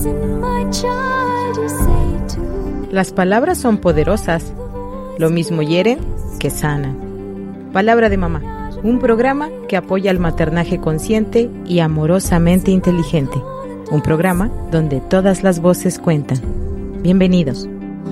Las palabras son poderosas, lo mismo hieren que sanan. Palabra de mamá, un programa que apoya al maternaje consciente y amorosamente inteligente. Un programa donde todas las voces cuentan. Bienvenidos.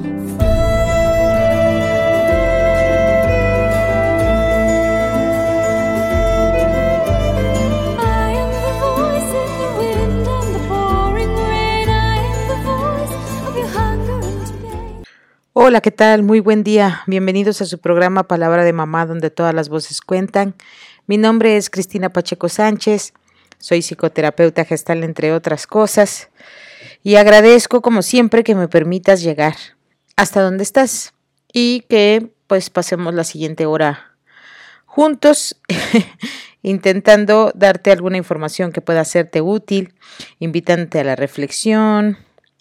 Hola, ¿qué tal? Muy buen día. Bienvenidos a su programa Palabra de Mamá, donde todas las voces cuentan. Mi nombre es Cristina Pacheco Sánchez. Soy psicoterapeuta gestal, entre otras cosas. Y agradezco, como siempre, que me permitas llegar hasta donde estás y que pues pasemos la siguiente hora juntos, intentando darte alguna información que pueda serte útil, invitándote a la reflexión,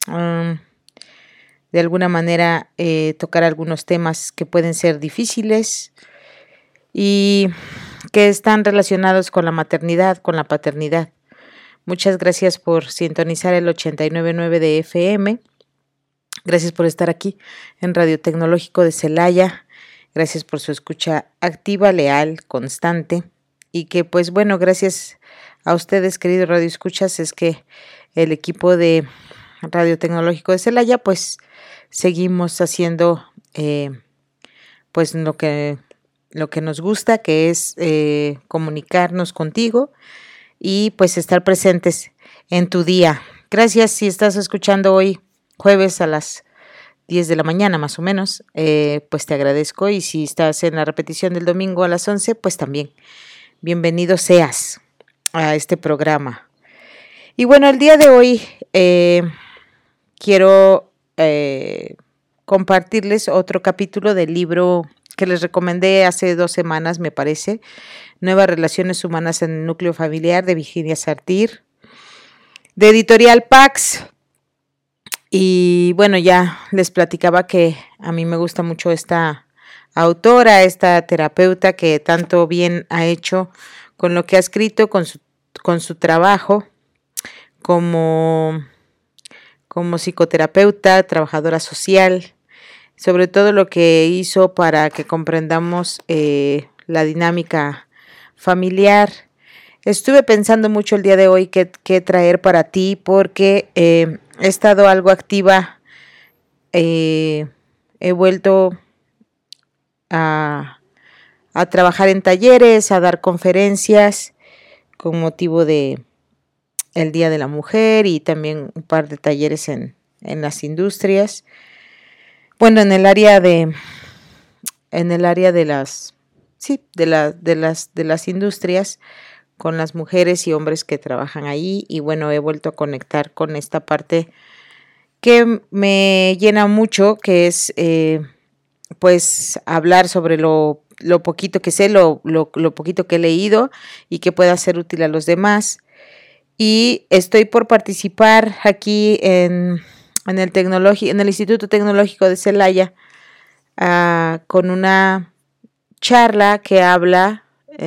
de alguna manera tocar algunos temas que pueden ser difíciles y que están relacionados con la maternidad, con la paternidad. Muchas gracias por sintonizar el 89.9 de FM. Gracias por estar aquí en Radio Tecnológico de Celaya. Gracias por su escucha activa, leal, constante. Y que pues bueno, gracias a ustedes, queridos radioescuchas, es que el equipo de Radio Tecnológico de Celaya pues seguimos haciendo pues lo que nos gusta, que es comunicarnos contigo y pues estar presentes en tu día. Gracias si estás escuchando hoy jueves a las 10 de la mañana más o menos, pues te agradezco, y si estás en la repetición del domingo a las 11, pues también bienvenido seas a este programa. Y bueno, el día de hoy quiero compartirles otro capítulo del libro que les recomendé hace 2 semanas, me parece, Nuevas Relaciones Humanas en el Núcleo Familiar, de Virginia Satir, de Editorial Pax. Y bueno, ya les platicaba que a mí me gusta mucho esta autora, esta terapeuta que tanto bien ha hecho con lo que ha escrito, con su trabajo como psicoterapeuta, trabajadora social, sobre todo lo que hizo para que comprendamos la dinámica familiar. Estuve pensando mucho el día de hoy qué traer para ti, porque he estado algo activa, he vuelto a trabajar en talleres, a dar conferencias con motivo de el Día de la Mujer, y también un par de talleres en las industrias. Bueno, en el área de las industrias, con las mujeres y hombres que trabajan ahí. Y bueno, he vuelto a conectar con esta parte que me llena mucho, que es pues hablar sobre lo poquito que sé, lo poquito que he leído y que pueda ser útil a los demás. Y estoy por participar aquí en el Instituto Tecnológico de Celaya con una charla que habla,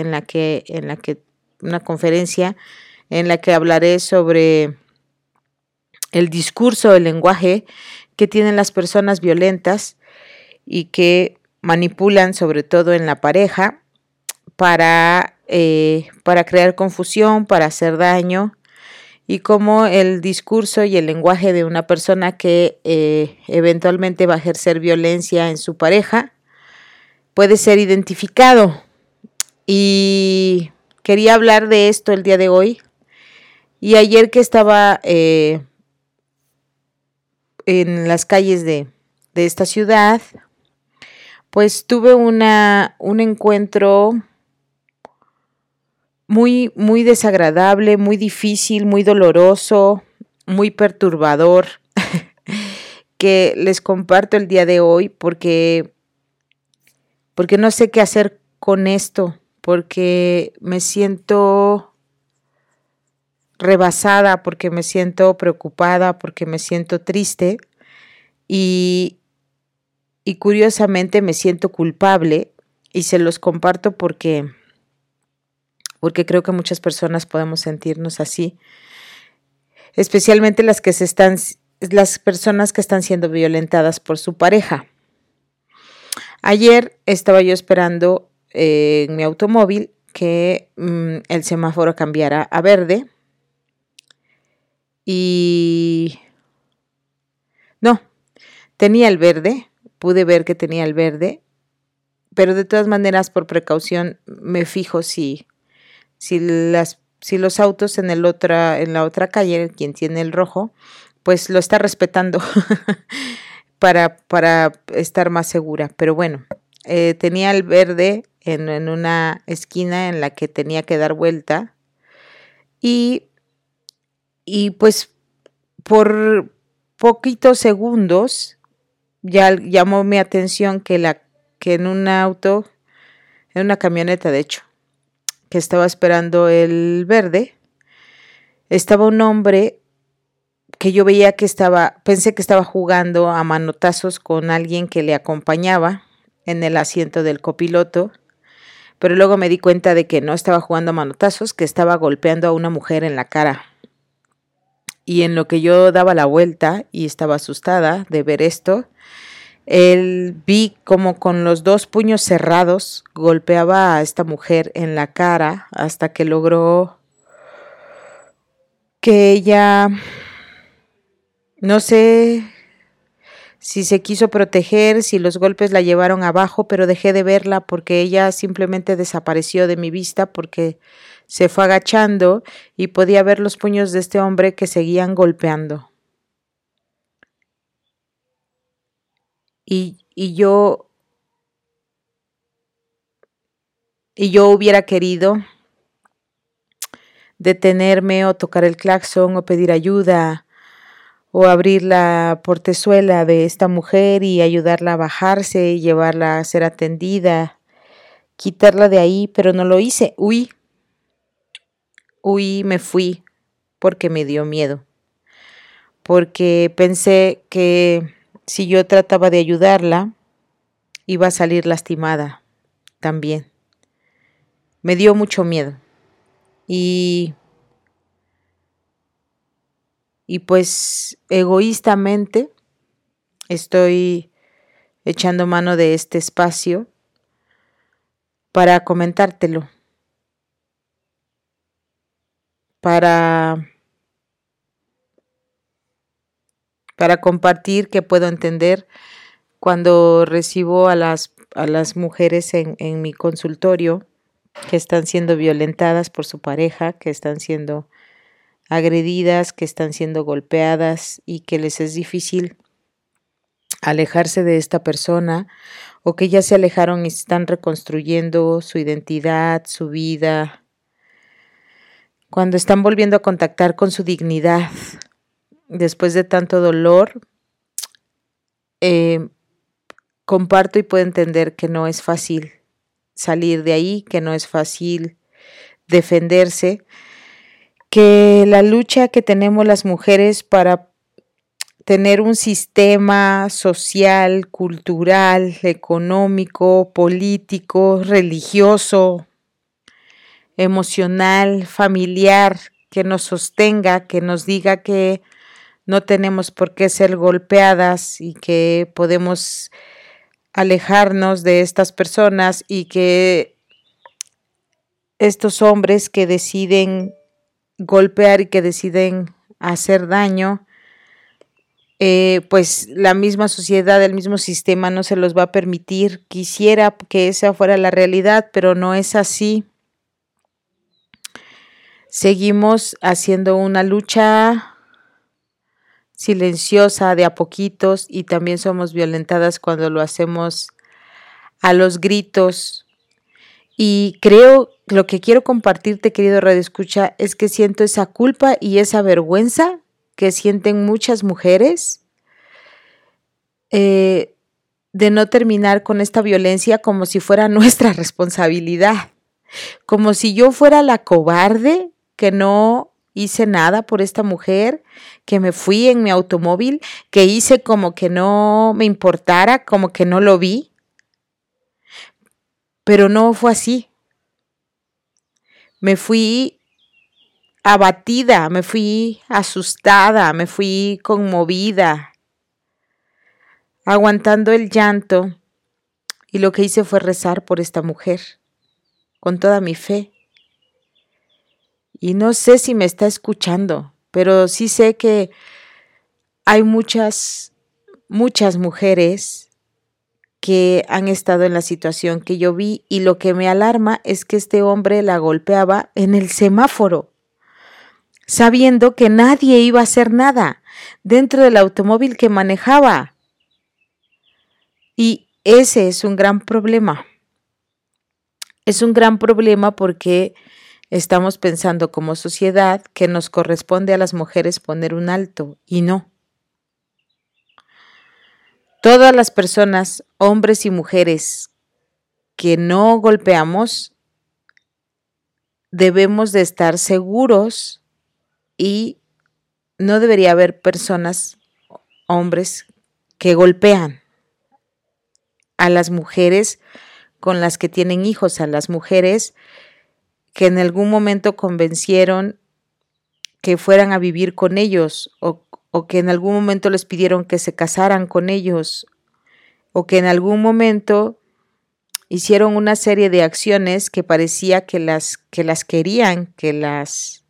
una conferencia en la que hablaré sobre el discurso, el lenguaje que tienen las personas violentas y que manipulan, sobre todo en la pareja, para crear confusión, para hacer daño, y cómo el discurso y el lenguaje de una persona que eventualmente va a ejercer violencia en su pareja puede ser identificado. Y quería hablar de esto el día de hoy. Y ayer que estaba en las calles de esta ciudad, pues tuve un encuentro muy, muy desagradable, muy difícil, muy doloroso, muy perturbador, que les comparto el día de hoy porque no sé qué hacer con esto, porque me siento rebasada, porque me siento preocupada, porque me siento triste y curiosamente me siento culpable, y se los comparto porque creo que muchas personas podemos sentirnos así. especialmente las personas que están siendo violentadas por su pareja. Ayer estaba yo esperando en mi automóvil que el semáforo cambiara a verde y no, tenía el verde, pude ver que tenía el verde, pero de todas maneras por precaución me fijo si los autos en la otra calle, quien tiene el rojo, pues lo está respetando para estar más segura. Pero bueno, tenía el verde en una esquina en la que tenía que dar vuelta y pues por poquitos segundos ya llamó mi atención que en un auto, en una camioneta de hecho, que estaba esperando el verde, estaba un hombre que yo veía que pensé que estaba jugando a manotazos con alguien que le acompañaba en el asiento del copiloto, pero luego me di cuenta de que no estaba jugando a manotazos, que estaba golpeando a una mujer en la cara. Y en lo que yo daba la vuelta y estaba asustada de ver esto, vi como con los dos puños cerrados golpeaba a esta mujer en la cara hasta que logró que ella, no sé si se quiso proteger, si los golpes la llevaron abajo, pero dejé de verla porque ella simplemente desapareció de mi vista porque se fue agachando y podía ver los puños de este hombre que seguían golpeando. Y yo hubiera querido detenerme o tocar el claxon o pedir ayuda o abrir la portezuela de esta mujer y ayudarla a bajarse y llevarla a ser atendida, quitarla de ahí, pero no lo hice. Huí, me fui porque me dio miedo, porque pensé que si yo trataba de ayudarla, iba a salir lastimada también. Me dio mucho miedo y pues egoístamente estoy echando mano de este espacio para comentártelo, para compartir que puedo entender cuando recibo a las mujeres en mi consultorio que están siendo violentadas por su pareja, que están siendo agredidas, que están siendo golpeadas y que les es difícil alejarse de esta persona o que ya se alejaron y están reconstruyendo su identidad, su vida, cuando están volviendo a contactar con su dignidad después de tanto dolor. Comparto y puedo entender que no es fácil salir de ahí, que no es fácil defenderse, que la lucha que tenemos las mujeres para tener un sistema social, cultural, económico, político, religioso, emocional, familiar, que nos sostenga, que nos diga que no tenemos por qué ser golpeadas y que podemos alejarnos de estas personas y que estos hombres que deciden golpear y que deciden hacer daño, pues la misma sociedad, el mismo sistema no se los va a permitir. Quisiera que esa fuera la realidad, pero no es así. Seguimos haciendo una lucha silenciosa de a poquitos y también somos violentadas cuando lo hacemos a los gritos. Y creo, lo que quiero compartirte, querido radioescucha, es que siento esa culpa y esa vergüenza que sienten muchas mujeres de no terminar con esta violencia como si fuera nuestra responsabilidad, como si yo fuera la cobarde que no hice nada por esta mujer, que me fui en mi automóvil, que hice como que no me importara, como que no lo vi. Pero no fue así. Me fui abatida, me fui asustada, me fui conmovida, aguantando el llanto, y lo que hice fue rezar por esta mujer con toda mi fe. Y no sé si me está escuchando, pero sí sé que hay muchas mujeres que han estado en la situación que yo vi, y lo que me alarma es que este hombre la golpeaba en el semáforo, sabiendo que nadie iba a hacer nada dentro del automóvil que manejaba. Y ese es un gran problema. Es un gran problema porque estamos pensando como sociedad que nos corresponde a las mujeres poner un alto, y no. Todas las personas, hombres y mujeres, que no golpeamos, debemos de estar seguros, y no debería haber personas, hombres, que golpean a las mujeres con las que tienen hijos, a las mujeres que en algún momento convencieron que fueran a vivir con ellos, o que en algún momento les pidieron que se casaran con ellos, o que en algún momento hicieron una serie de acciones que parecía que las querían, que las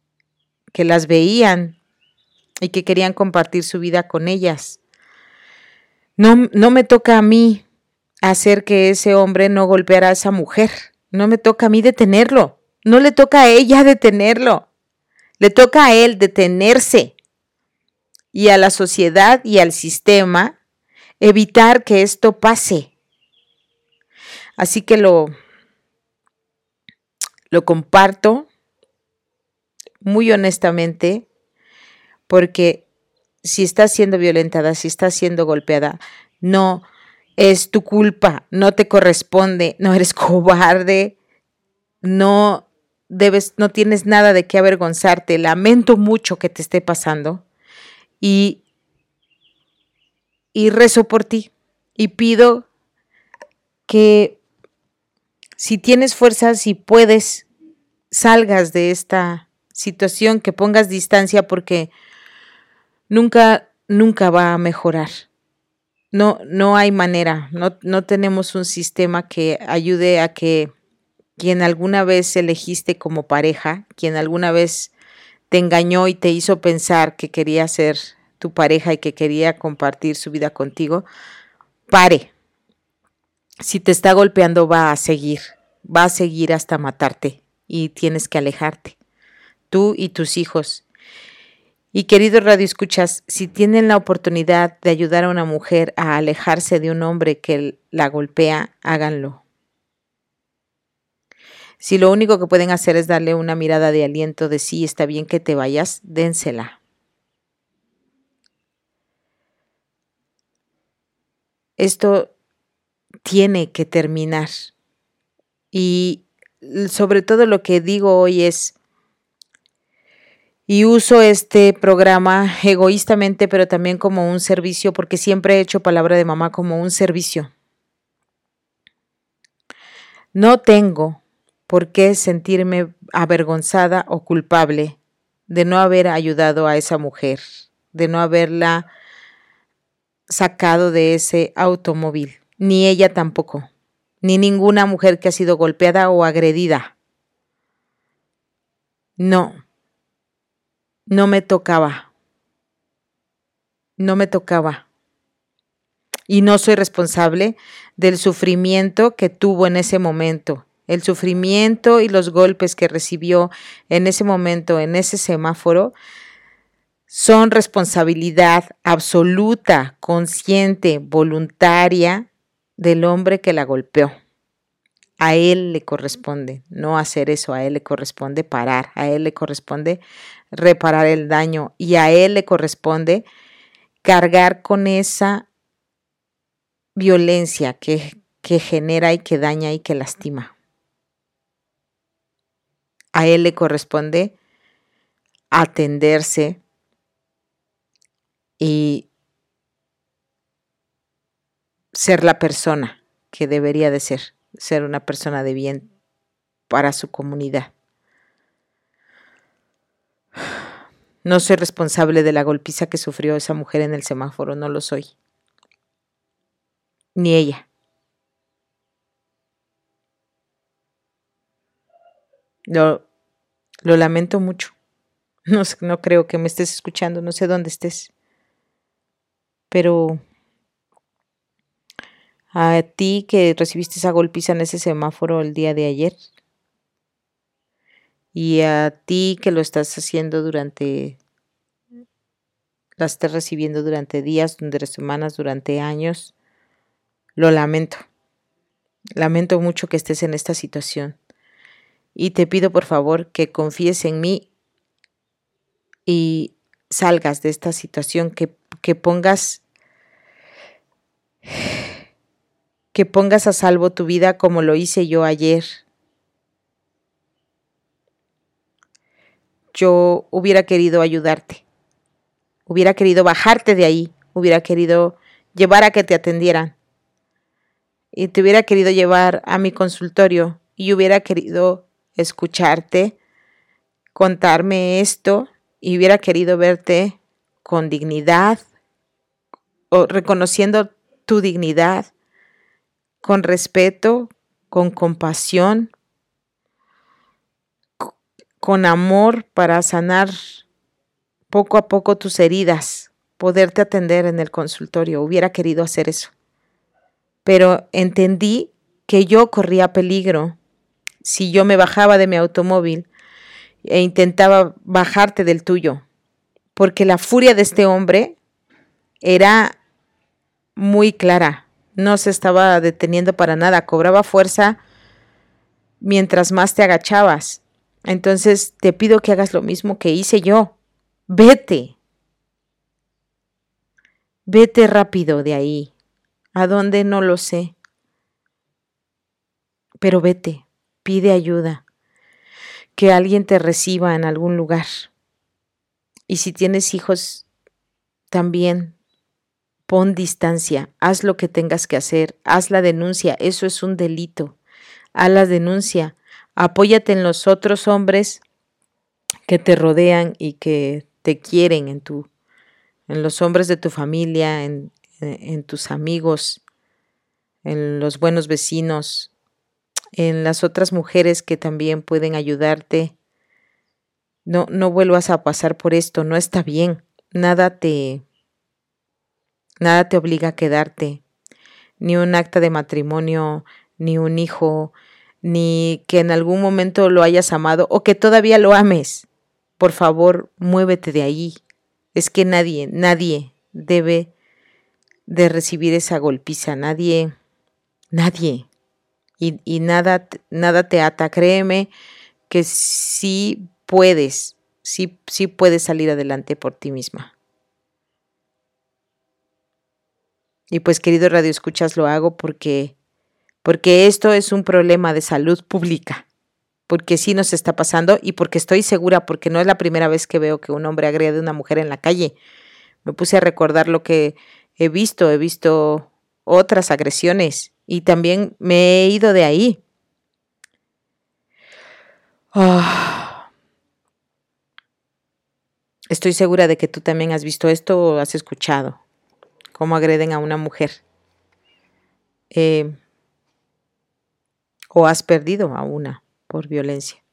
veían y que querían compartir su vida con ellas. No me toca a mí hacer que ese hombre no golpeara a esa mujer. No me toca a mí detenerlo. No le toca a ella detenerlo. Le toca a él detenerse, y a la sociedad y al sistema evitar que esto pase. Así que lo comparto muy honestamente, porque si estás siendo violentada, si estás siendo golpeada, no es tu culpa, no te corresponde, no eres cobarde, no tienes nada de qué avergonzarte. Lamento mucho que te esté pasando, y rezo por ti, y pido que si tienes fuerzas, si puedes, salgas de esta situación, que pongas distancia, porque nunca va a mejorar. No hay manera, no tenemos un sistema que ayude a que quien alguna vez elegiste como pareja, quien alguna vez te engañó y te hizo pensar que quería ser tu pareja y que quería compartir su vida contigo, pare. Si te está golpeando, va a seguir hasta matarte, y tienes que alejarte, tú y tus hijos. Y queridos radioescuchas, si tienen la oportunidad de ayudar a una mujer a alejarse de un hombre que la golpea, háganlo. Si lo único que pueden hacer es darle una mirada de aliento de sí, está bien que te vayas, dénsela. Esto tiene que terminar. Y sobre todo lo que digo hoy es, y uso este programa egoístamente, pero también como un servicio, porque siempre he hecho Palabra de Mamá como un servicio. No tengo por qué sentirme avergonzada o culpable de no haber ayudado a esa mujer, de no haberla sacado de ese automóvil, ni ella tampoco, ni ninguna mujer que ha sido golpeada o agredida. No me tocaba. No me tocaba. Y no soy responsable del sufrimiento que tuvo en ese momento. El sufrimiento y los golpes que recibió en ese momento, en ese semáforo, son responsabilidad absoluta, consciente, voluntaria del hombre que la golpeó. A él le corresponde no hacer eso, a él le corresponde parar, a él le corresponde reparar el daño, y a él le corresponde cargar con esa violencia que genera y que daña y que lastima. A él le corresponde atenderse y ser la persona que debería de ser una persona de bien para su comunidad. No soy responsable de la golpiza que sufrió esa mujer en el semáforo, no lo soy. Ni ella. Lo lamento mucho. No creo que me estés escuchando, no sé dónde estés. Pero a ti que recibiste esa golpiza en ese semáforo el día de ayer, y a ti que lo estás haciendo la estás recibiendo durante días, durante semanas, durante años, lo lamento. Lamento mucho que estés en esta situación. Y te pido por favor que confíes en mí y salgas de esta situación, que pongas a salvo tu vida como lo hice yo ayer. Yo hubiera querido ayudarte, hubiera querido bajarte de ahí, hubiera querido llevar a que te atendieran y te hubiera querido llevar a mi consultorio y hubiera querido escucharte, contarme esto y hubiera querido verte con dignidad o reconociendo tu dignidad, con respeto, con compasión, con amor para sanar poco a poco tus heridas, poderte atender en el consultorio. Hubiera querido hacer eso. Pero entendí que yo corría peligro si yo me bajaba de mi automóvil e intentaba bajarte del tuyo, porque la furia de este hombre era muy clara, no se estaba deteniendo para nada, cobraba fuerza mientras más te agachabas. Entonces te pido que hagas lo mismo que hice yo. Vete rápido de ahí. ¿A dónde? No lo sé. Pero vete, pide ayuda, que alguien te reciba en algún lugar. Y si tienes hijos, también pon distancia, haz lo que tengas que hacer, haz la denuncia, eso es un delito. Haz la denuncia, apóyate en los otros hombres que te rodean y que te quieren, en los hombres de tu familia, en tus amigos, en los buenos vecinos, en las otras mujeres que también pueden ayudarte. No vuelvas a pasar por esto, no está bien. Nada te obliga a quedarte, ni un acta de matrimonio, ni un hijo, ni que en algún momento lo hayas amado o que todavía lo ames. Por favor, muévete de ahí. Es que nadie debe de recibir esa golpiza, nadie. Y nada te ata. Créeme que sí puedes salir adelante por ti misma. Y pues, querido Radio Escuchas, lo hago porque esto es un problema de salud pública, porque sí nos está pasando y porque estoy segura, porque no es la primera vez que veo que un hombre agrede a una mujer en la calle. Me puse a recordar lo que he visto otras agresiones y también me he ido de ahí. Estoy segura de que tú también has visto esto o has escuchado cómo agreden a una mujer. O has perdido a una por violencia.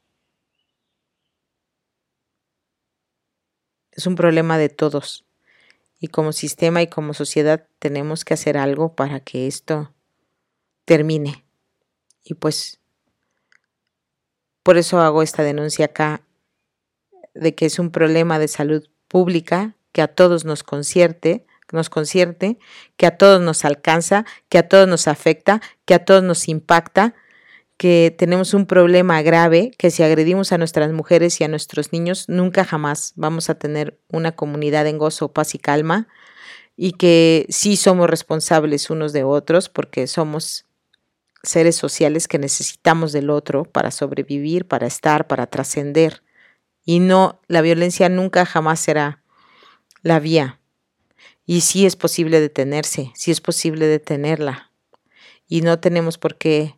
Es un problema de todos. Y como sistema y como sociedad tenemos que hacer algo para que esto termine. Y pues por eso hago esta denuncia acá de que es un problema de salud pública que a todos nos concierte, que a todos nos alcanza, que a todos nos afecta, que a todos nos impacta, que tenemos un problema grave, que si agredimos a nuestras mujeres y a nuestros niños, nunca jamás vamos a tener una comunidad en gozo, paz y calma, y que sí somos responsables unos de otros porque somos seres sociales que necesitamos del otro para sobrevivir, para estar, para trascender. Y no, la violencia nunca jamás será la vía. Y sí es posible detenerse, sí es posible detenerla. Y no tenemos por qué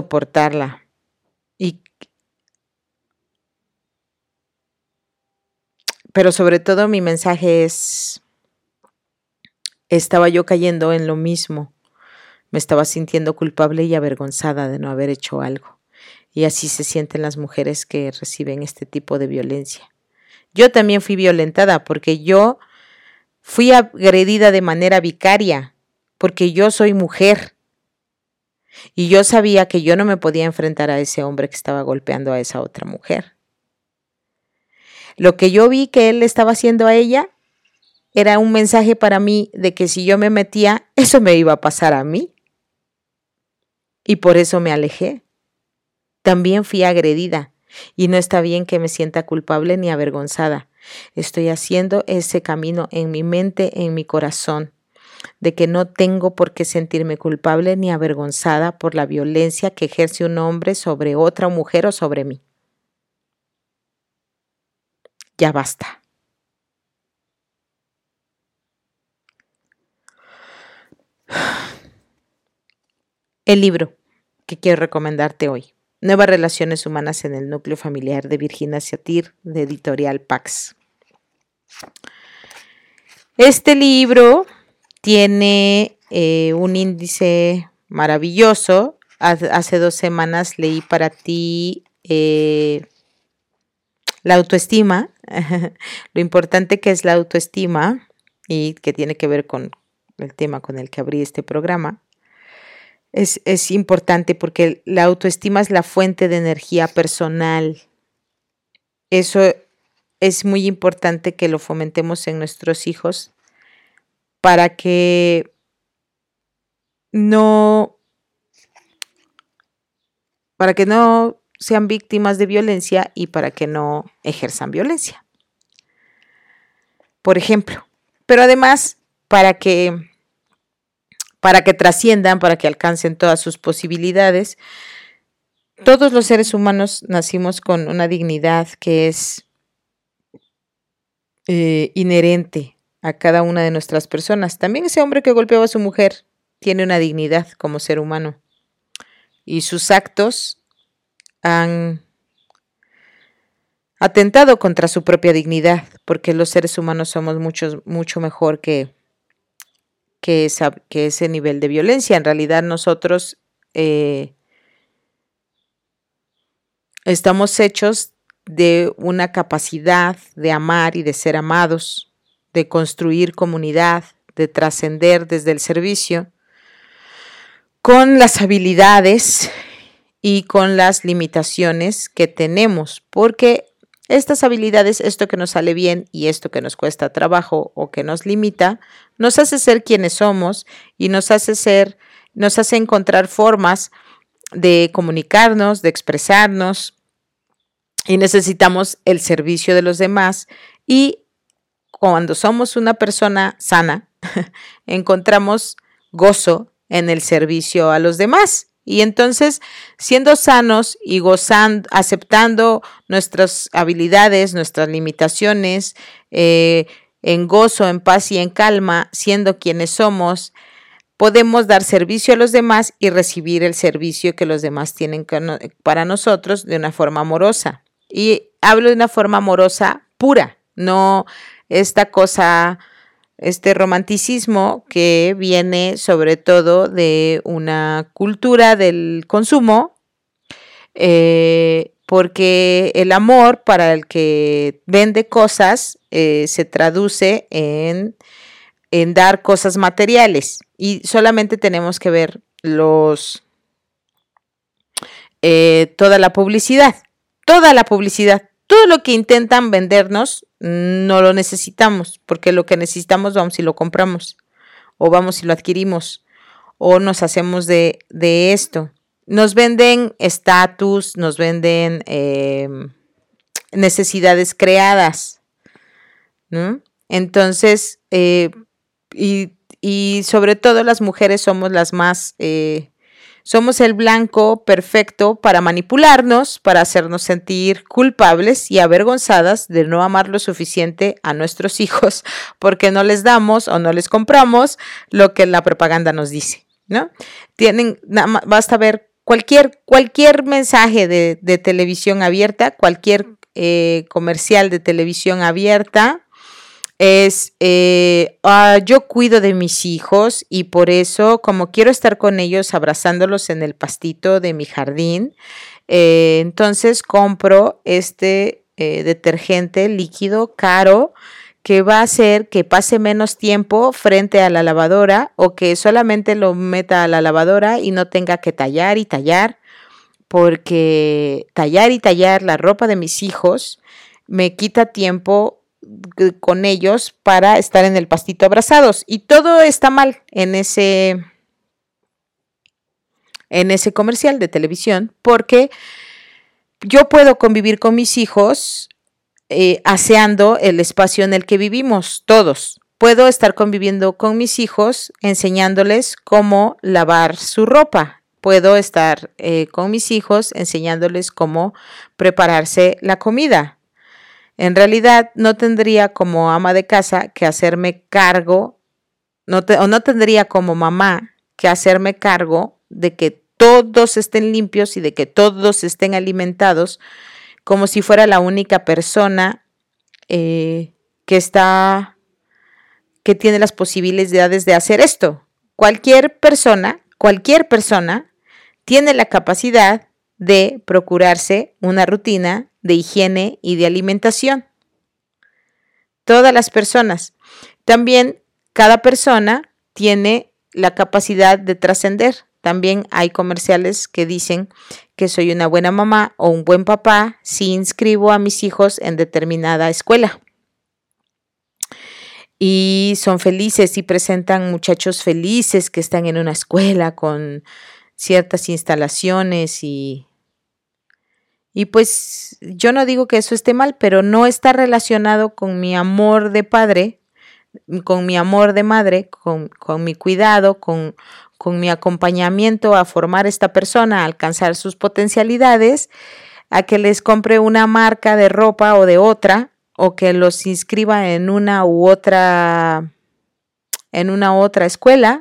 soportarla. Y Pero sobre todo mi mensaje es, estaba yo cayendo en lo mismo. Me estaba sintiendo culpable y avergonzada de no haber hecho algo. Y así se sienten las mujeres que reciben este tipo de violencia. Yo también fui violentada porque yo fui agredida de manera vicaria, porque yo soy mujer. Y yo sabía que yo no me podía enfrentar a ese hombre que estaba golpeando a esa otra mujer. Lo que yo vi que él estaba haciendo a ella era un mensaje para mí de que si yo me metía, eso me iba a pasar a mí. Y por eso me alejé. También fui agredida y no está bien que me sienta culpable ni avergonzada. Estoy haciendo ese camino en mi mente, en mi corazón, de que no tengo por qué sentirme culpable ni avergonzada por la violencia que ejerce un hombre sobre otra mujer o sobre mí. Ya basta. El libro que quiero recomendarte hoy, Nuevas Relaciones Humanas en el Núcleo Familiar, de Virginia Satir, de Editorial Pax. Este libro tiene un índice maravilloso. Hace 2 semanas leí para ti la autoestima, lo importante que es la autoestima y que tiene que ver con el tema con el que abrí este programa. Es importante porque la autoestima es la fuente de energía personal. Eso es muy importante que lo fomentemos en nuestros hijos para que no sean víctimas de violencia y para que no ejerzan violencia. Por ejemplo, pero además para que trasciendan, para que alcancen todas sus posibilidades. Todos los seres humanos nacimos con una dignidad que es inherente a cada una de nuestras personas. También ese hombre que golpeaba a su mujer tiene una dignidad como ser humano y sus actos han atentado contra su propia dignidad, porque los seres humanos somos mucho mejor que ese nivel de violencia. En realidad nosotros estamos hechos de una capacidad de amar y de ser amados, de construir comunidad, de trascender desde el servicio, con las habilidades y con las limitaciones que tenemos, porque estas habilidades, esto que nos sale bien y esto que nos cuesta trabajo o que nos limita, nos hace ser quienes somos y nos hace encontrar formas de comunicarnos, de expresarnos, y necesitamos el servicio de los demás. Y cuando somos una persona sana, encontramos gozo en el servicio a los demás. Y entonces, siendo sanos y gozando, aceptando nuestras habilidades, nuestras limitaciones, en gozo, en paz y en calma, siendo quienes somos, podemos dar servicio a los demás y recibir el servicio que los demás tienen para nosotros de una forma amorosa. Y hablo de una forma amorosa pura, no esta cosa, este romanticismo que viene sobre todo de una cultura del consumo, porque el amor para el que vende cosas se traduce en dar cosas materiales, y solamente tenemos que ver toda la publicidad, todo lo que intentan vendernos no lo necesitamos, porque lo que necesitamos vamos y lo compramos, o vamos y lo adquirimos, o nos hacemos de esto. Nos venden estatus, nos venden necesidades creadas, ¿no? Entonces, y sobre todo las mujeres somos las más, somos el blanco perfecto para manipularnos, para hacernos sentir culpables y avergonzadas de no amar lo suficiente a nuestros hijos, porque no les damos o no les compramos lo que la propaganda nos dice, ¿no? Basta ver cualquier mensaje de televisión abierta, cualquier comercial de televisión abierta es, yo cuido de mis hijos y por eso, como quiero estar con ellos abrazándolos en el pastito de mi jardín, entonces compro este detergente líquido caro que va a hacer que pase menos tiempo frente a la lavadora o que solamente lo meta a la lavadora y no tenga que tallar y tallar, porque tallar y tallar la ropa de mis hijos me quita tiempo con ellos para estar en el pastito abrazados y todo está mal en ese comercial de televisión, porque yo puedo convivir con mis hijos aseando el espacio en el que vivimos todos. Puedo estar conviviendo con mis hijos enseñándoles cómo lavar su ropa. Puedo estar con mis hijos enseñándoles cómo prepararse la comida. En realidad no tendría como ama de casa que hacerme cargo, no tendría como mamá que hacerme cargo de que todos estén limpios y de que todos estén alimentados, como si fuera la única persona que tiene las posibilidades de hacer esto. Cualquier persona tiene la capacidad de procurarse una rutina de higiene y de alimentación. Todas las personas. También cada persona tiene la capacidad de trascender. También hay comerciales que dicen que soy una buena mamá o un buen papá si inscribo a mis hijos en determinada escuela. Y son felices y presentan muchachos felices que están en una escuela con ciertas instalaciones y pues yo no digo que eso esté mal, pero no está relacionado con mi amor de padre, con mi amor de madre, con mi cuidado, con mi acompañamiento a formar esta persona, a alcanzar sus potencialidades, a que les compre una marca de ropa o de otra, o que los inscriba en una u otra escuela,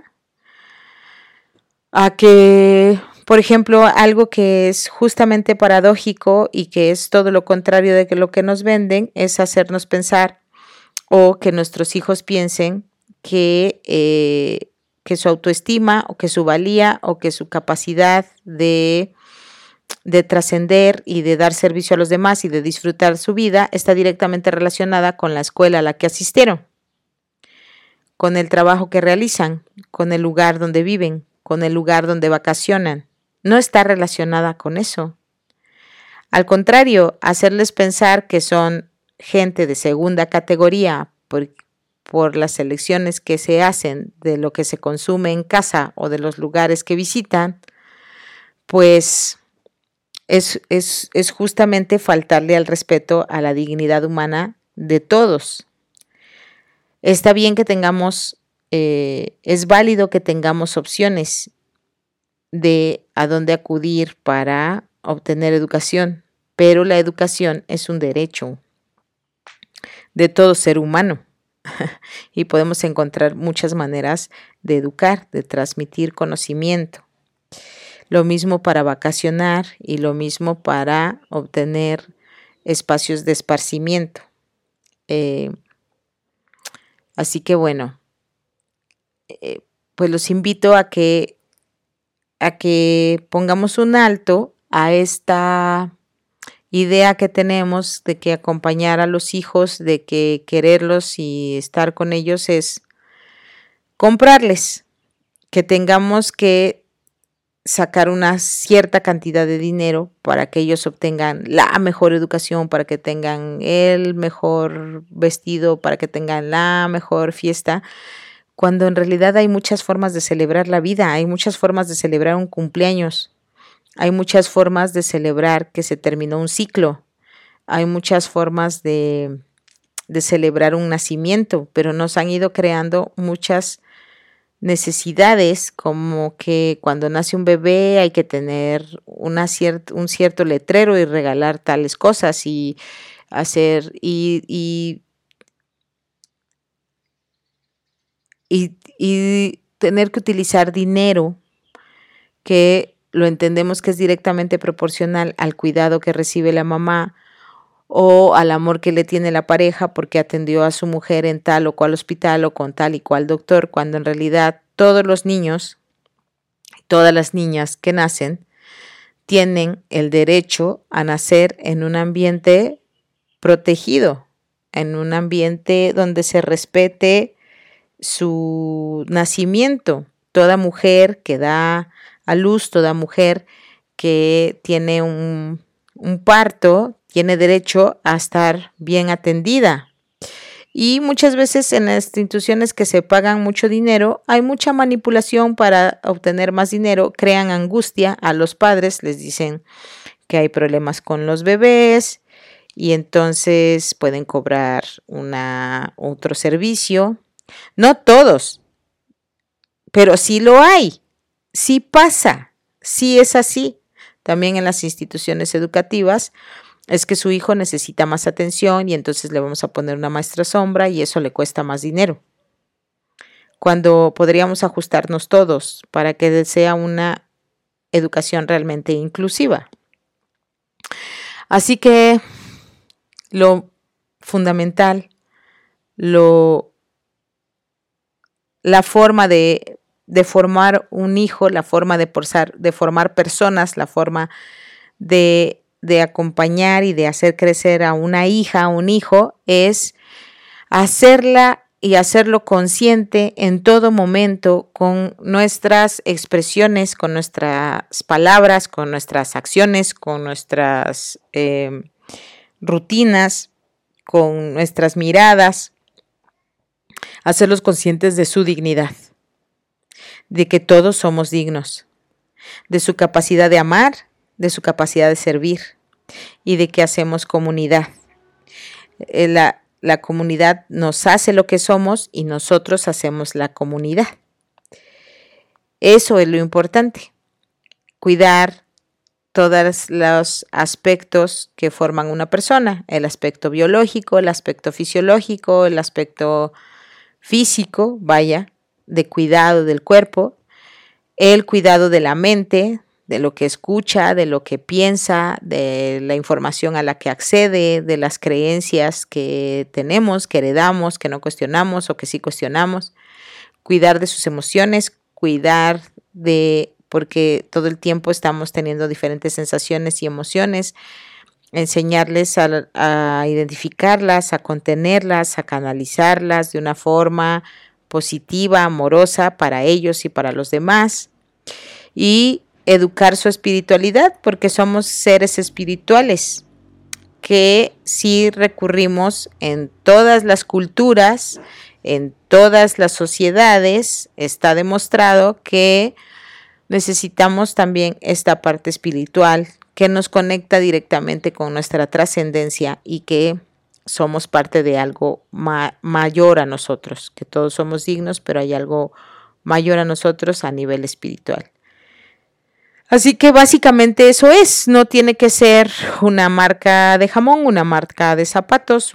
a que, por ejemplo, algo que es justamente paradójico y que es todo lo contrario de lo que nos venden, es hacernos pensar o que nuestros hijos piensen que su autoestima o que su valía o que su capacidad de trascender y de dar servicio a los demás y de disfrutar su vida está directamente relacionada con la escuela a la que asistieron, con el trabajo que realizan, con el lugar donde viven, con el lugar donde vacacionan. No está relacionada con eso. Al contrario, hacerles pensar que son gente de segunda categoría por las elecciones que se hacen de lo que se consume en casa o de los lugares que visitan, pues es justamente faltarle al respeto a la dignidad humana de todos. Está bien que tengamos, es válido que tengamos opciones de a dónde acudir para obtener educación, pero la educación es un derecho de todo ser humano y podemos encontrar muchas maneras de educar, de transmitir conocimiento. Lo mismo para vacacionar y lo mismo para obtener espacios de esparcimiento. Así que bueno, pues los invito a que pongamos un alto a esta idea que tenemos de que acompañar a los hijos, de que quererlos y estar con ellos es comprarles, que tengamos que sacar una cierta cantidad de dinero para que ellos obtengan la mejor educación, para que tengan el mejor vestido, para que tengan la mejor fiesta, cuando en realidad hay muchas formas de celebrar la vida, hay muchas formas de celebrar un cumpleaños, hay muchas formas de celebrar que se terminó un ciclo, hay muchas formas de celebrar un nacimiento, pero nos han ido creando muchas necesidades, como que cuando nace un bebé hay que tener un cierto letrero y regalar tales cosas y hacer y tener que utilizar dinero que lo entendemos que es directamente proporcional al cuidado que recibe la mamá o al amor que le tiene la pareja porque atendió a su mujer en tal o cual hospital o con tal y cual doctor, cuando en realidad todos los niños, todas las niñas que nacen, tienen el derecho a nacer en un ambiente protegido, en un ambiente donde se respete su nacimiento. Toda mujer que da a luz, toda mujer que tiene un parto, tiene derecho a estar bien atendida. Y muchas veces en las instituciones que se pagan mucho dinero, hay mucha manipulación para obtener más dinero, crean angustia a los padres, les dicen que hay problemas con los bebés y entonces pueden cobrar otro servicio. No todos, pero sí lo hay, sí pasa, sí es así. También en las instituciones educativas es que su hijo necesita más atención y entonces le vamos a poner una maestra sombra y eso le cuesta más dinero. Cuando podríamos ajustarnos todos para que sea una educación realmente inclusiva. Así que lo fundamental, la forma de formar un hijo, la forma de formar personas, la forma de acompañar y de hacer crecer a una hija, a un hijo, es hacerla y hacerlo consciente en todo momento con nuestras expresiones, con nuestras palabras, con nuestras acciones, con nuestras rutinas, con nuestras miradas, hacerlos conscientes de su dignidad, de que todos somos dignos, de su capacidad de amar, de su capacidad de servir y de que hacemos comunidad. La comunidad nos hace lo que somos y nosotros hacemos la comunidad. Eso es lo importante, cuidar todos los aspectos que forman una persona, el aspecto biológico, el aspecto fisiológico, el aspecto físico, de cuidado del cuerpo, el cuidado de la mente, de lo que escucha, de lo que piensa, de la información a la que accede, de las creencias que tenemos, que heredamos, que no cuestionamos o que sí cuestionamos, cuidar de sus emociones, porque todo el tiempo estamos teniendo diferentes sensaciones y emociones, enseñarles a identificarlas, a contenerlas, a canalizarlas de una forma positiva, amorosa para ellos y para los demás, y educar su espiritualidad, porque somos seres espirituales que sí recurrimos en todas las culturas, en todas las sociedades. Está demostrado que necesitamos también esta parte espiritual que nos conecta directamente con nuestra trascendencia y que somos parte de algo mayor a nosotros, que todos somos dignos, pero hay algo mayor a nosotros a nivel espiritual. Así que básicamente eso es, no tiene que ser una marca de jamón, una marca de zapatos,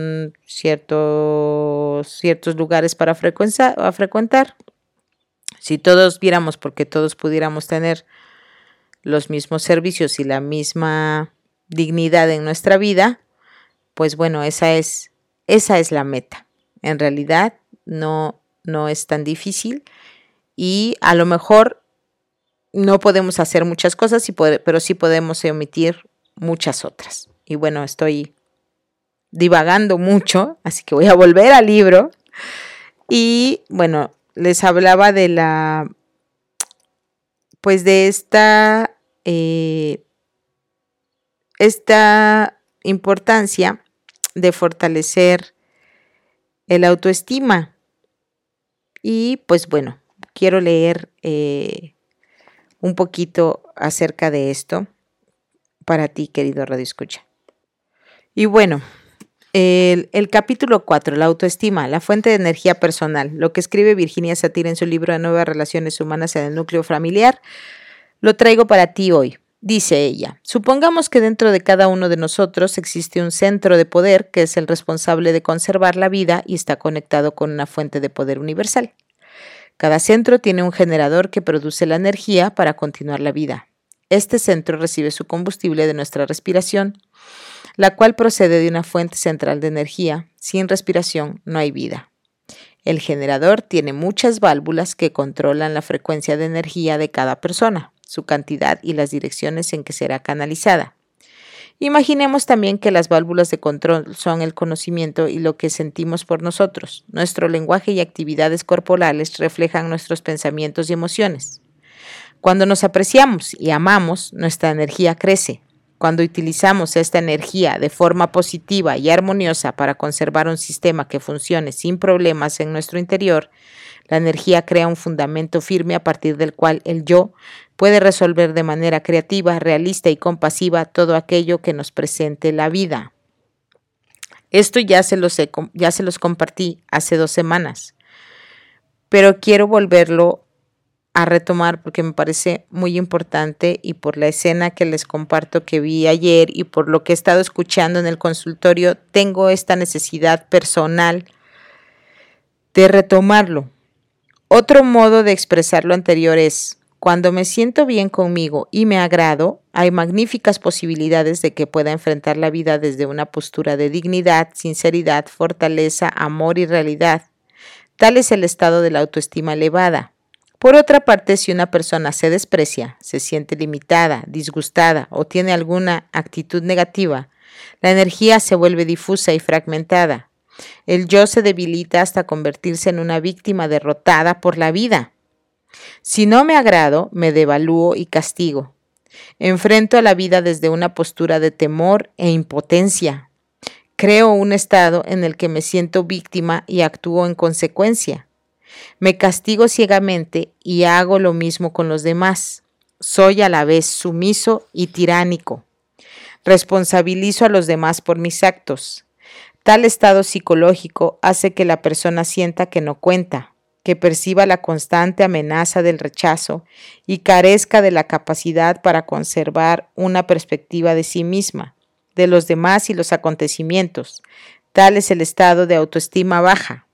ciertos lugares para frecuentar. Si todos viéramos, porque todos pudiéramos tener los mismos servicios y la misma dignidad en nuestra vida, pues bueno, esa es la meta. En realidad no es tan difícil y a lo mejor no podemos hacer muchas cosas, pero sí podemos omitir muchas otras. Y bueno, estoy divagando mucho, así que voy a volver al libro. Y bueno, les hablaba de esta importancia de fortalecer el autoestima. Y pues bueno, quiero leer un poquito acerca de esto para ti, querido radioescucha. Y bueno, el capítulo 4, la autoestima, la fuente de energía personal, lo que escribe Virginia Satir en su libro de Nuevas Relaciones Humanas en el Núcleo Familiar, lo traigo para ti hoy. Dice ella, supongamos que dentro de cada uno de nosotros existe un centro de poder que es el responsable de conservar la vida y está conectado con una fuente de poder universal. Cada centro tiene un generador que produce la energía para continuar la vida. Este centro recibe su combustible de nuestra respiración, la cual procede de una fuente central de energía. Sin respiración no hay vida. El generador tiene muchas válvulas que controlan la frecuencia de energía de cada persona, su cantidad y las direcciones en que será canalizada. Imaginemos también que las válvulas de control son el conocimiento y lo que sentimos por nosotros. Nuestro lenguaje y actividades corporales reflejan nuestros pensamientos y emociones. Cuando nos apreciamos y amamos, nuestra energía crece. Cuando utilizamos esta energía de forma positiva y armoniosa para conservar un sistema que funcione sin problemas en nuestro interior, la energía crea un fundamento firme a partir del cual el yo puede resolver de manera creativa, realista y compasiva todo aquello que nos presente la vida. Esto ya se los compartí hace 2 semanas, pero quiero volverlo a retomar porque me parece muy importante y por la escena que les comparto que vi ayer y por lo que he estado escuchando en el consultorio, tengo esta necesidad personal de retomarlo. Otro modo de expresar lo anterior es: cuando me siento bien conmigo y me agrado, hay magníficas posibilidades de que pueda enfrentar la vida desde una postura de dignidad, sinceridad, fortaleza, amor y realidad. Tal es el estado de la autoestima elevada. Por otra parte, si una persona se desprecia, se siente limitada, disgustada o tiene alguna actitud negativa, la energía se vuelve difusa y fragmentada. El yo se debilita hasta convertirse en una víctima derrotada por la vida. Si no me agrado, me devalúo y castigo. Enfrento a la vida desde una postura de temor e impotencia. Creo un estado en el que me siento víctima y actúo en consecuencia. Me castigo ciegamente y hago lo mismo con los demás. Soy a la vez sumiso y tiránico. Responsabilizo a los demás por mis actos. Tal estado psicológico hace que la persona sienta que no cuenta, que perciba la constante amenaza del rechazo y carezca de la capacidad para conservar una perspectiva de sí misma, de los demás y los acontecimientos. Tal es el estado de autoestima baja.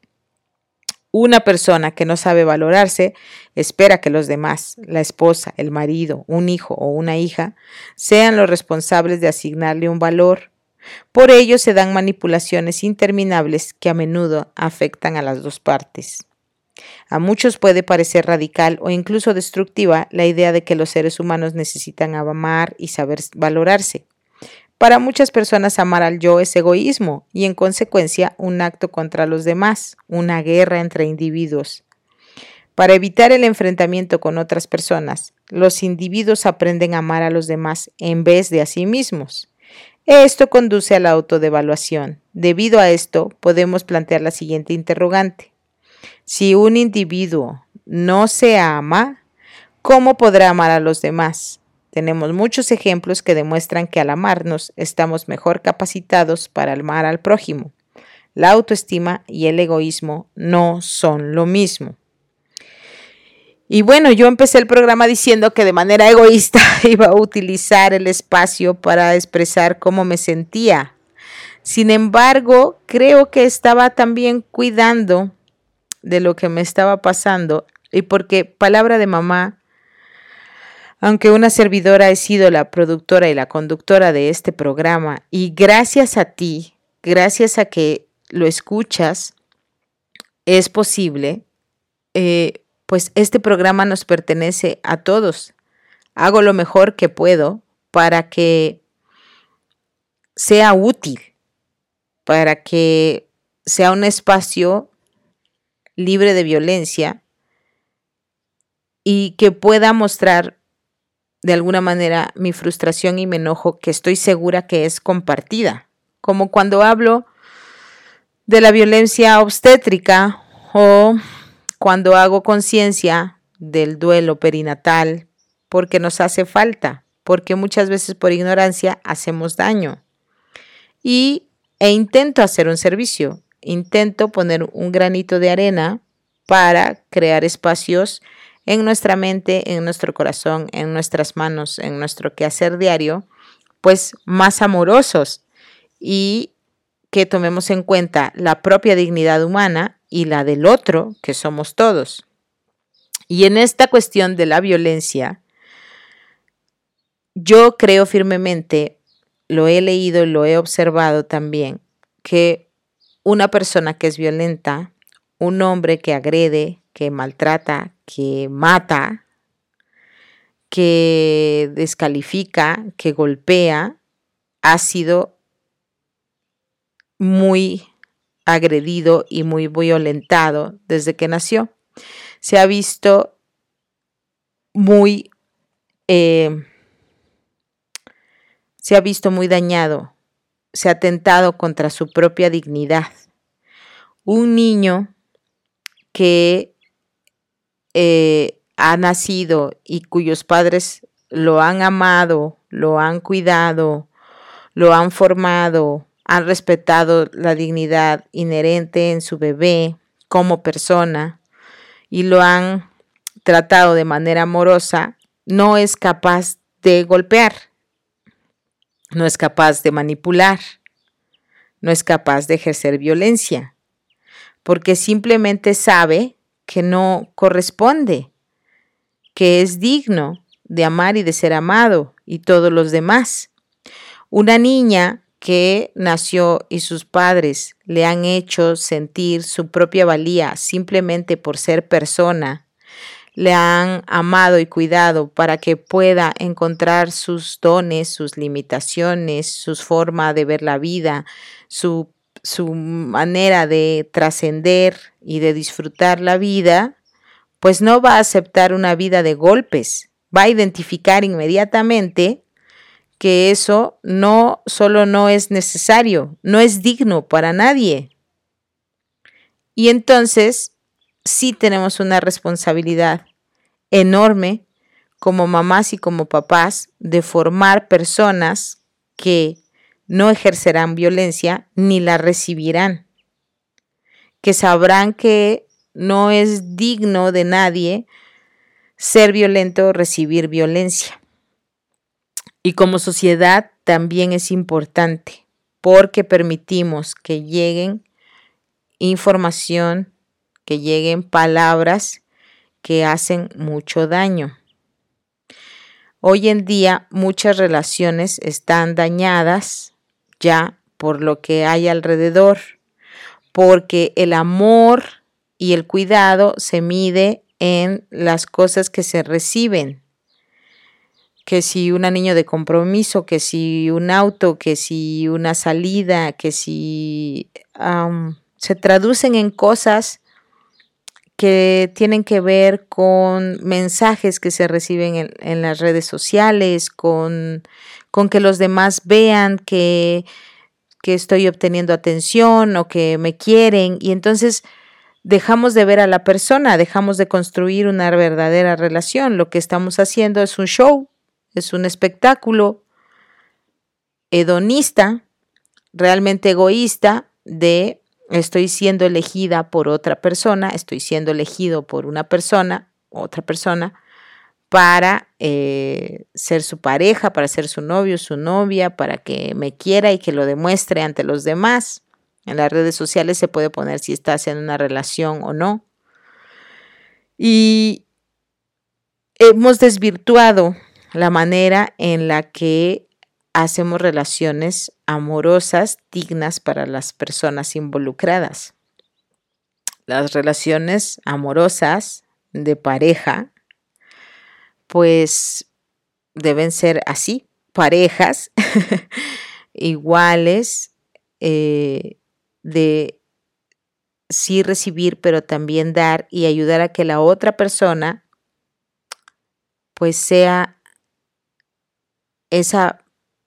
Una persona que no sabe valorarse espera que los demás, la esposa, el marido, un hijo o una hija, sean los responsables de asignarle un valor. Por ello se dan manipulaciones interminables que a menudo afectan a las dos partes. A muchos puede parecer radical o incluso destructiva la idea de que los seres humanos necesitan amar y saber valorarse. Para muchas personas amar al yo es egoísmo y en consecuencia un acto contra los demás, una guerra entre individuos. Para evitar el enfrentamiento con otras personas, los individuos aprenden a amar a los demás en vez de a sí mismos. Esto conduce a la autodevaluación. Debido a esto, podemos plantear la siguiente interrogante. Si un individuo no se ama, ¿cómo podrá amar a los demás? Tenemos muchos ejemplos que demuestran que al amarnos estamos mejor capacitados para amar al prójimo. La autoestima y el egoísmo no son lo mismo. Y bueno, yo empecé el programa diciendo que de manera egoísta iba a utilizar el espacio para expresar cómo me sentía. Sin embargo, creo que estaba también cuidando de lo que me estaba pasando y porque palabra de mamá, aunque una servidora he sido la productora y la conductora de este programa y gracias a ti, gracias a que lo escuchas, es posible, pues este programa nos pertenece a todos. Hago lo mejor que puedo para que sea útil, para que sea un espacio libre de violencia y que pueda mostrar de alguna manera mi frustración y mi enojo, que estoy segura que es compartida, como cuando hablo de la violencia obstétrica o cuando hago conciencia del duelo perinatal, porque nos hace falta, porque muchas veces por ignorancia hacemos daño. E intento hacer un servicio, intento poner un granito de arena para crear espacios en nuestra mente, en nuestro corazón, en nuestras manos, en nuestro quehacer diario, pues más amorosos y que tomemos en cuenta la propia dignidad humana y la del otro, que somos todos. Y en esta cuestión de la violencia, yo creo firmemente, lo he leído, lo he observado también, que una persona que es violenta, un hombre que agrede, que maltrata, que mata, que descalifica, que golpea, ha sido muy agredido y muy violentado desde que nació. Se ha visto muy, eh, se ha visto muy dañado, se ha atentado contra su propia dignidad. Un niño que ha nacido y cuyos padres lo han amado, lo han cuidado, lo han formado, han respetado la dignidad inherente en su bebé como persona y lo han tratado de manera amorosa, no es capaz de golpear, no es capaz de manipular, no es capaz de ejercer violencia, porque simplemente sabe que no corresponde, que es digno de amar y de ser amado y todos los demás. Una niña que nació y sus padres le han hecho sentir su propia valía simplemente por ser persona, le han amado y cuidado para que pueda encontrar sus dones, sus limitaciones, su forma de ver la vida, su manera de trascender y de disfrutar la vida, pues no va a aceptar una vida de golpes, va a identificar inmediatamente que eso no solo no es necesario, no es digno para nadie. Y entonces sí tenemos una responsabilidad enorme como mamás y como papás de formar personas que no ejercerán violencia ni la recibirán, que sabrán que no es digno de nadie ser violento o recibir violencia. Y como sociedad también es importante porque permitimos que lleguen información, que lleguen palabras que hacen mucho daño. Hoy en día muchas relaciones están dañadas ya por lo que hay alrededor, porque el amor y el cuidado se mide en las cosas que se reciben, que si un anillo de compromiso, que si un auto, que si una salida, que si se traducen en cosas que tienen que ver con mensajes que se reciben en las redes sociales, con que los demás vean que estoy obteniendo atención o que me quieren, y entonces dejamos de ver a la persona, dejamos de construir una verdadera relación. Lo que estamos haciendo es un show, es un espectáculo hedonista, realmente egoísta, de estoy siendo elegida por otra persona, estoy siendo elegido por una persona, otra persona, para ser su pareja, para ser su novio, su novia, para que me quiera y que lo demuestre ante los demás. En las redes sociales se puede poner si estás en una relación o no. Y hemos desvirtuado la manera en la que hacemos relaciones amorosas dignas para las personas involucradas. Las relaciones amorosas de pareja, pues deben ser así, parejas iguales, de sí recibir, pero también dar y ayudar a que la otra persona pues sea esa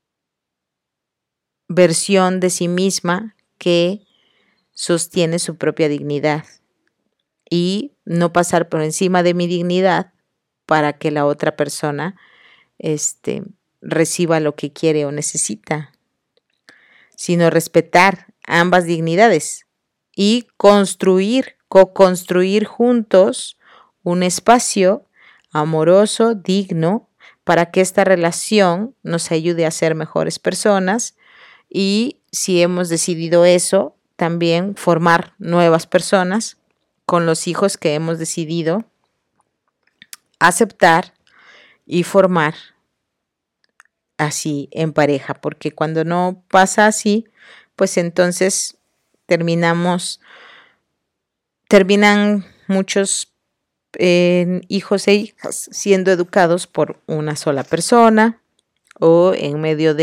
versión de sí misma que sostiene su propia dignidad y no pasar por encima de mi dignidad para que la otra persona reciba lo que quiere o necesita, sino respetar ambas dignidades y co-construir juntos un espacio amoroso, digno, para que esta relación nos ayude a ser mejores personas y, si hemos decidido eso, también formar nuevas personas con los hijos que hemos decidido aceptar y formar así en pareja, porque cuando no pasa así, pues entonces terminan muchos hijos e hijas siendo educados por una sola persona o en medio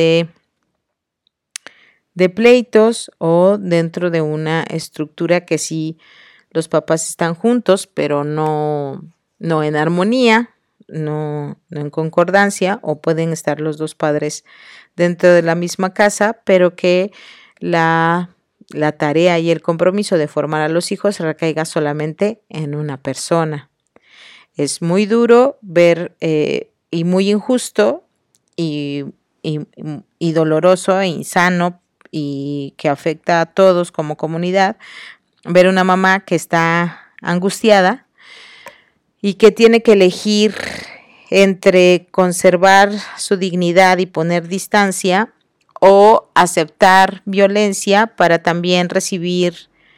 de pleitos o dentro de una estructura que sí los papás están juntos, pero no en armonía, no en concordancia, o pueden estar los dos padres dentro de la misma casa, pero que la tarea y el compromiso de formar a los hijos recaiga solamente en una persona. Es muy duro ver y muy injusto y, y, y doloroso e insano y que afecta a todos como comunidad, ver una mamá que está angustiada y que tiene que elegir entre conservar su dignidad y poner distancia o aceptar violencia para también recibir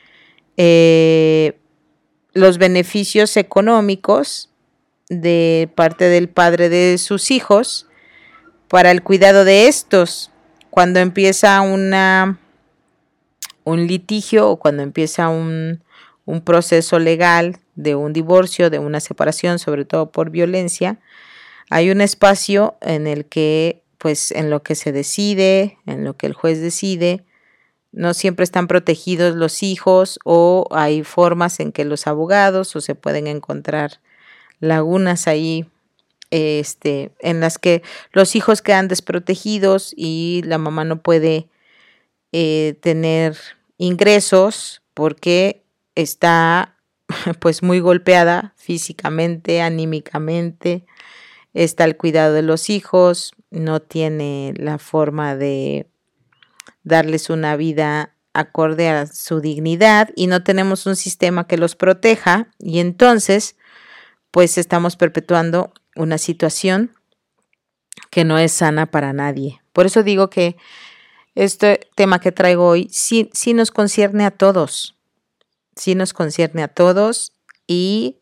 los beneficios económicos de parte del padre de sus hijos para el cuidado de estos. Cuando empieza un litigio o cuando empieza un proceso legal de un divorcio, de una separación, sobre todo por violencia, hay un espacio en el que, pues, en lo que se decide, en lo que el juez decide, no siempre están protegidos los hijos o hay formas en que los abogados o se pueden encontrar lagunas ahí en las que los hijos quedan desprotegidos y la mamá no puede tener ingresos porque está pues muy golpeada físicamente, anímicamente, está al cuidado de los hijos, no tiene la forma de darles una vida acorde a su dignidad y no tenemos un sistema que los proteja y entonces pues estamos perpetuando una situación que no es sana para nadie. Por eso digo que este tema que traigo hoy sí nos concierne a todos, sí nos concierne a todos y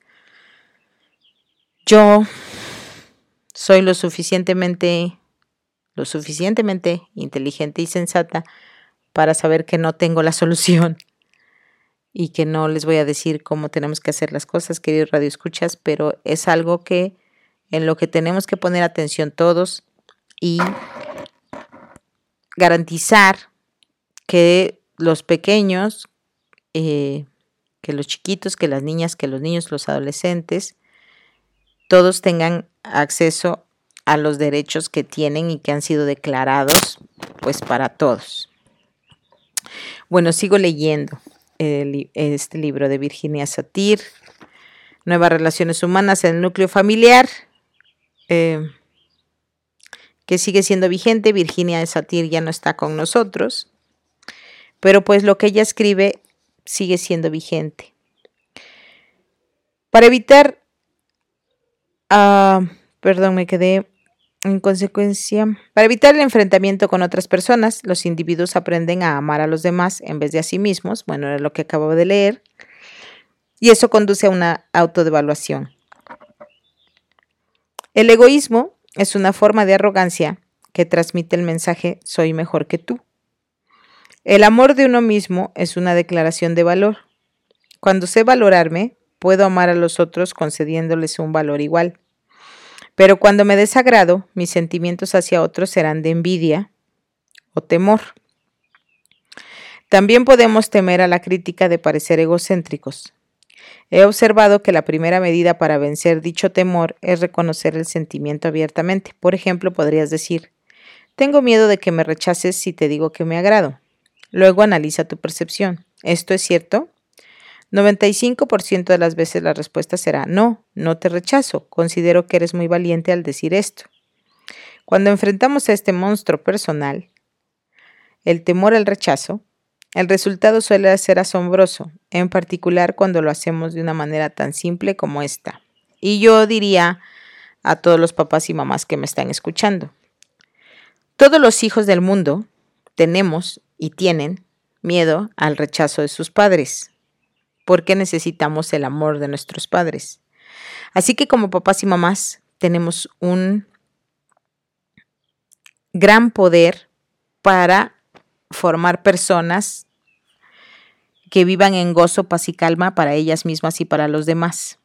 yo soy lo suficientemente inteligente y sensata para saber que no tengo la solución y que no les voy a decir cómo tenemos que hacer las cosas, queridos radioescuchas, pero es algo que en lo que tenemos que poner atención todos y garantizar que los pequeños, que los chiquitos, que las niñas, que los niños, los adolescentes, todos tengan acceso a los derechos que tienen y que han sido declarados, pues, para todos. Bueno, sigo leyendo este libro de Virginia Satir, Nuevas Relaciones Humanas en el Núcleo Familiar, que sigue siendo vigente. Virginia Satir ya no está con nosotros, pero pues lo que ella escribe sigue siendo vigente. Para evitar, me quedé en consecuencia, para evitar el enfrentamiento con otras personas, los individuos aprenden a amar a los demás en vez de a sí mismos. Bueno, era lo que acabo de leer. Y eso conduce a una autodevaluación. El egoísmo es una forma de arrogancia que transmite el mensaje soy mejor que tú. El amor de uno mismo es una declaración de valor. Cuando sé valorarme, puedo amar a los otros concediéndoles un valor igual. Pero cuando me desagrado, mis sentimientos hacia otros serán de envidia o temor. También podemos temer a la crítica de parecer egocéntricos. He observado que la primera medida para vencer dicho temor es reconocer el sentimiento abiertamente. Por ejemplo, podrías decir, tengo miedo de que me rechaces si te digo que me agrado. Luego analiza tu percepción. ¿Esto es cierto? 95% de las veces la respuesta será no, no te rechazo, considero que eres muy valiente al decir esto. Cuando enfrentamos a este monstruo personal, el temor al rechazo, el resultado suele ser asombroso, en particular cuando lo hacemos de una manera tan simple como esta. Y yo diría a todos los papás y mamás que me están escuchando, todos los hijos del mundo tenemos y tienen miedo al rechazo de sus padres, porque necesitamos el amor de nuestros padres. Así que como papás y mamás tenemos gran poder para formar personas que vivan en gozo, paz y calma para ellas mismas y para los demás.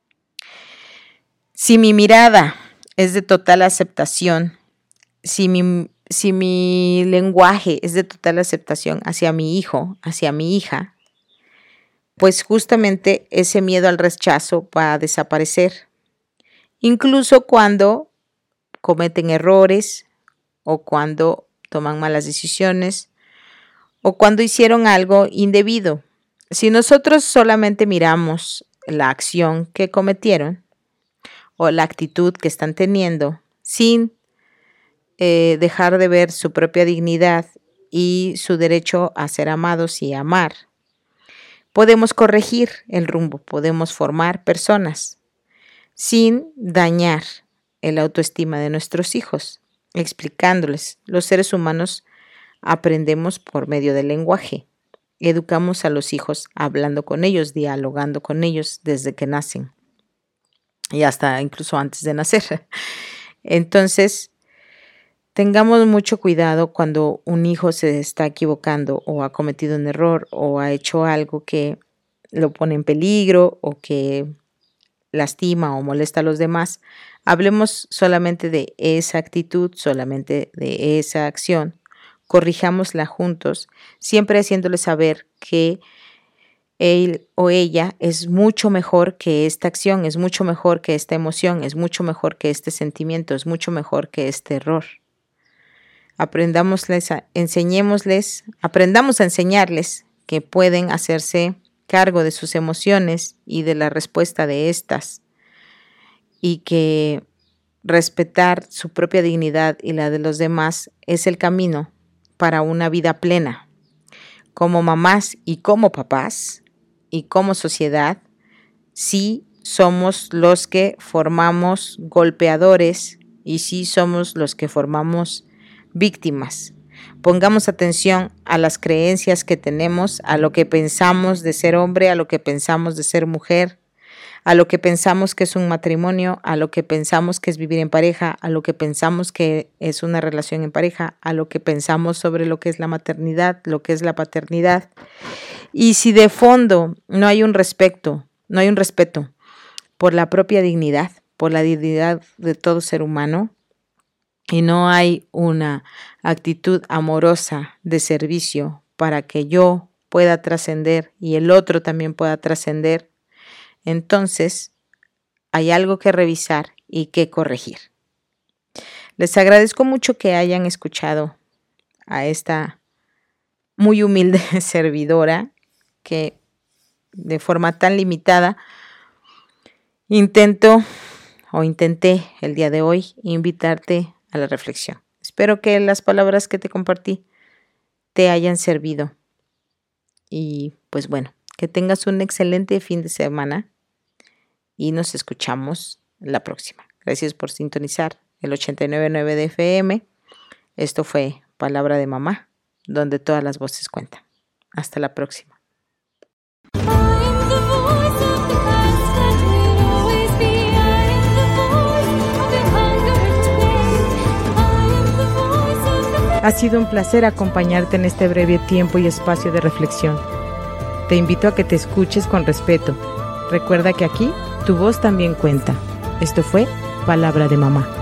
Si mi mirada es de total aceptación, si mi lenguaje es de total aceptación hacia mi hijo, hacia mi hija, pues justamente ese miedo al rechazo va a desaparecer. Incluso cuando cometen errores o cuando toman malas decisiones o cuando hicieron algo indebido. Si nosotros solamente miramos la acción que cometieron o la actitud que están teniendo sin dejar de ver su propia dignidad y su derecho a ser amados y amar, podemos corregir el rumbo, podemos formar personas sin dañar el autoestima de nuestros hijos, explicándoles. Los seres humanos aprendemos por medio del lenguaje. Educamos a los hijos hablando con ellos, dialogando con ellos desde que nacen y hasta incluso antes de nacer. Entonces, tengamos mucho cuidado cuando un hijo se está equivocando o ha cometido un error o ha hecho algo que lo pone en peligro o que lastima o molesta a los demás. Hablemos solamente de esa actitud, solamente de esa acción. Corrijámosla juntos, siempre haciéndole saber que él o ella es mucho mejor que esta acción, es mucho mejor que esta emoción, es mucho mejor que este sentimiento, es mucho mejor que este error. Aprendamos a enseñarles que pueden hacerse cargo de sus emociones y de la respuesta de estas, y que respetar su propia dignidad y la de los demás es el camino para una vida plena. Como mamás y como papás y como sociedad, sí somos los que formamos golpeadores y sí somos los que formamos víctimas. Pongamos atención a las creencias que tenemos, a lo que pensamos de ser hombre, a lo que pensamos de ser mujer, a lo que pensamos que es un matrimonio, a lo que pensamos que es vivir en pareja, a lo que pensamos que es una relación en pareja, a lo que pensamos sobre lo que es la maternidad, lo que es la paternidad. Y si de fondo no hay un respeto por la propia dignidad, por la dignidad de todo ser humano, y no hay una actitud amorosa de servicio para que yo pueda trascender y el otro también pueda trascender, entonces hay algo que revisar y que corregir. Les agradezco mucho que hayan escuchado a esta muy humilde servidora que de forma tan limitada intenté el día de hoy invitarte a la reflexión. Espero que las palabras que te compartí te hayan servido. Y pues bueno, que tengas un excelente fin de semana y nos escuchamos la próxima. Gracias por sintonizar el 89.9 de FM. Esto fue Palabra de Mamá, donde todas las voces cuentan. Hasta la próxima. Ha sido un placer acompañarte en este breve tiempo y espacio de reflexión. Te invito a que te escuches con respeto. Recuerda que aquí tu voz también cuenta. Esto fue Palabra de Mamá.